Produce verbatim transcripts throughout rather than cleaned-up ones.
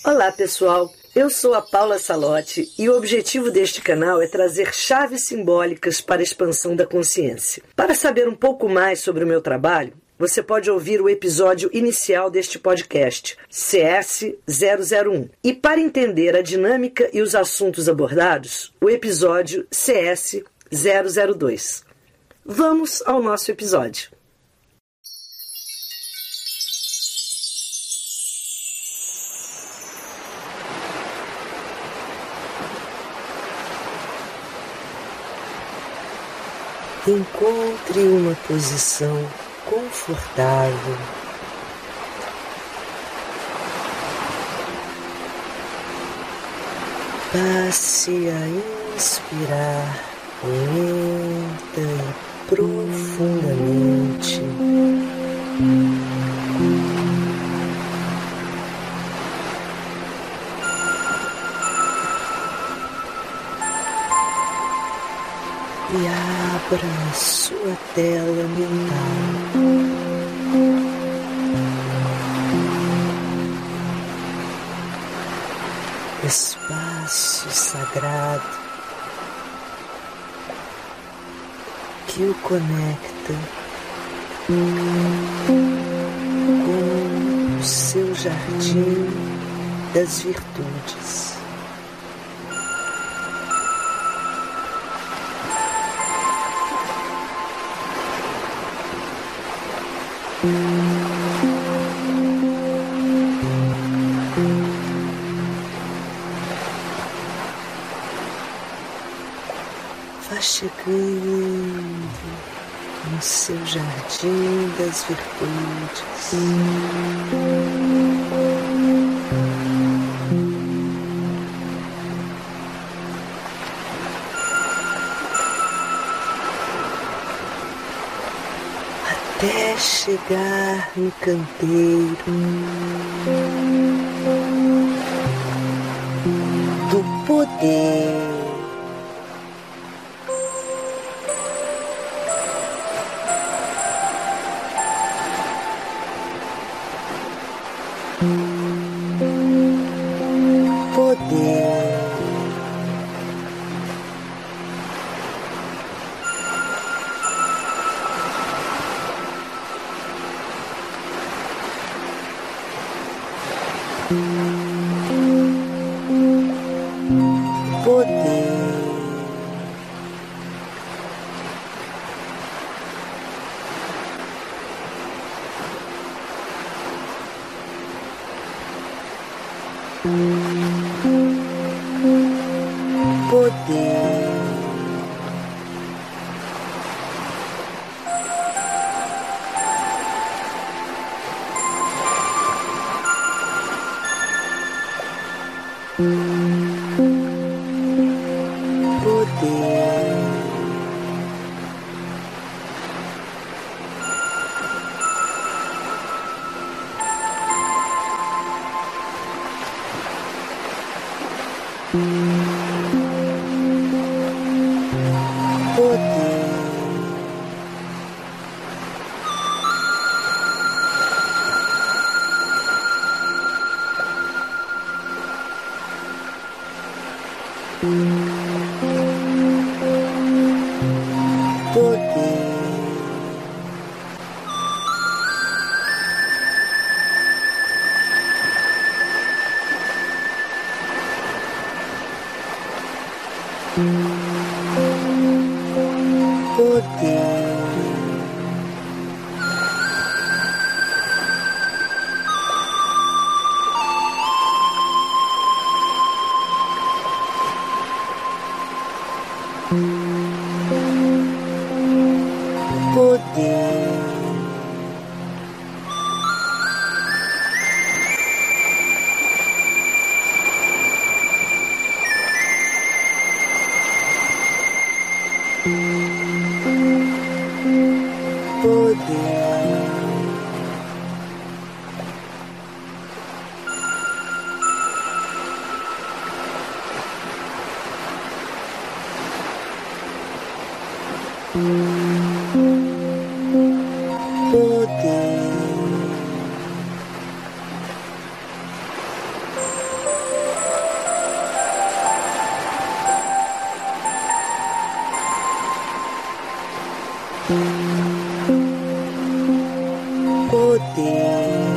Olá pessoal, eu sou a Paula Salotti e o objetivo deste canal é trazer chaves simbólicas para a expansão da consciência. Para saber um pouco mais sobre o meu trabalho, você pode ouvir o episódio inicial deste podcast, C S zero zero um. E para entender a dinâmica e os assuntos abordados, o episódio C S zero zero dois. Vamos ao nosso episódio. Encontre uma posição confortável. Passe a inspirar lenta e profundamente. E abra a sua tela mental. Espaço sagrado que o conecta com o seu jardim das virtudes. Vá chegando no seu jardim das virtudes. Até chegar no canteiro do poder. Poder. Poder. Poder. Poder. poder,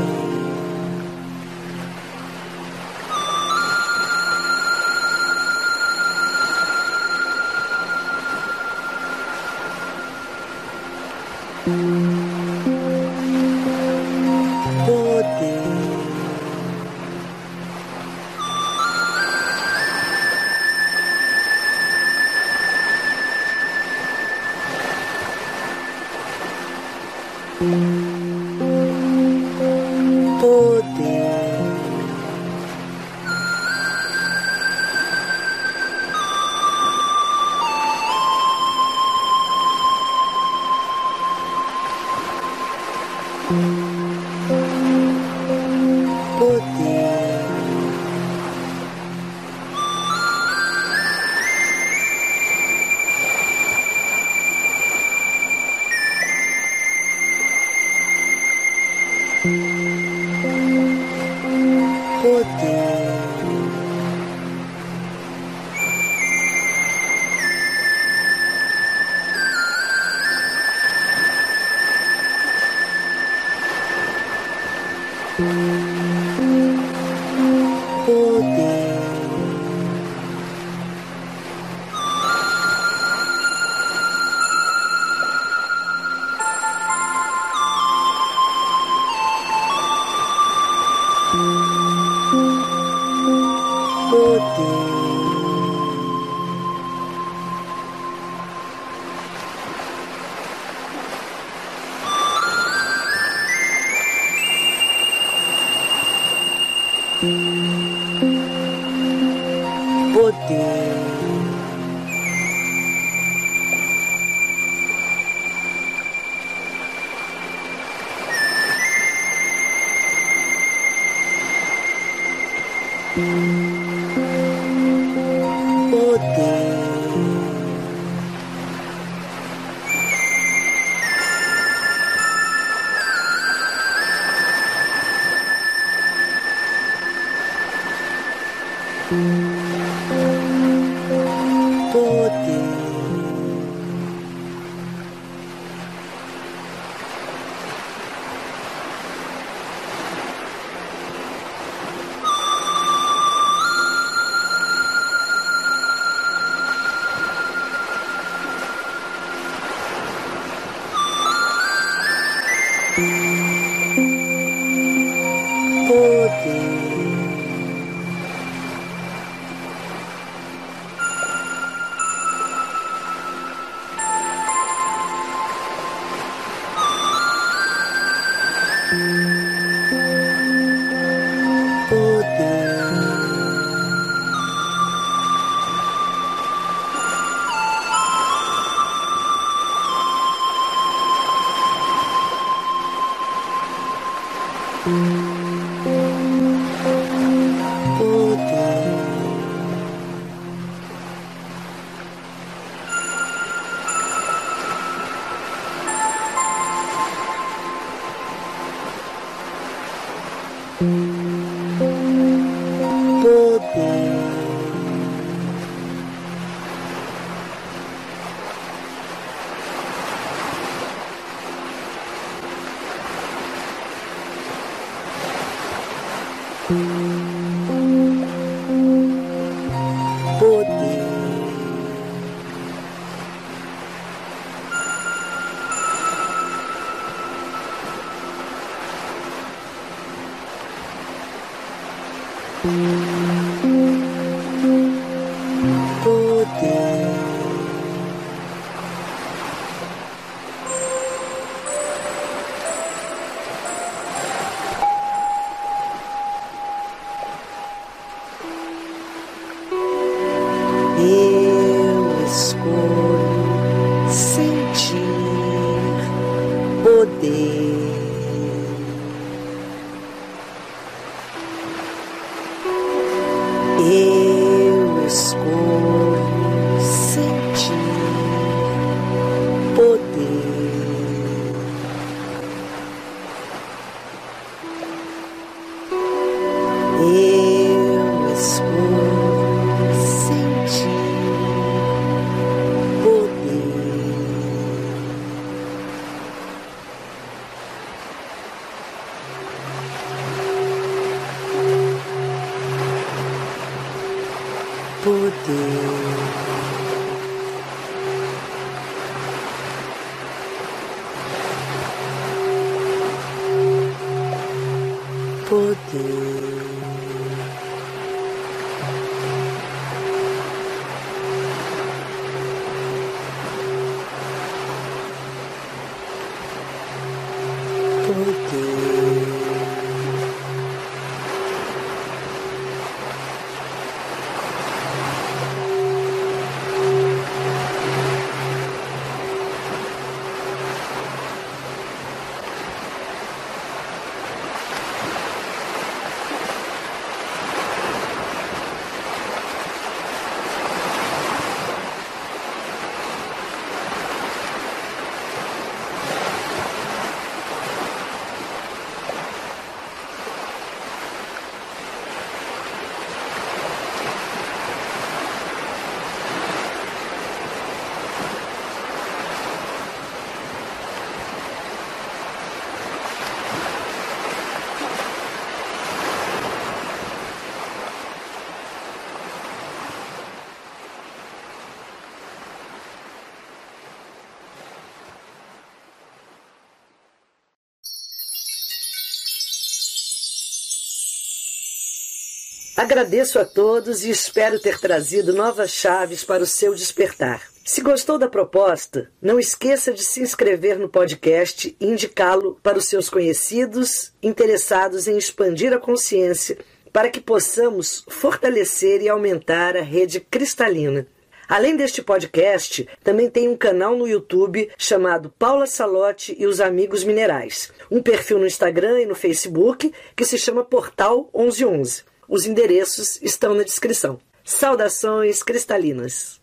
Poder. Agradeço a todos e espero ter trazido novas chaves para o seu despertar. Se gostou da proposta, não esqueça de se inscrever no podcast e indicá-lo para os seus conhecidos interessados em expandir a consciência para que possamos fortalecer e aumentar a rede cristalina. Além deste podcast, também tem um canal no YouTube chamado Paula Salotti e os Amigos Minerais, um perfil no Instagram e no Facebook que se chama Portal onze onze. Os endereços estão na descrição. Saudações cristalinas!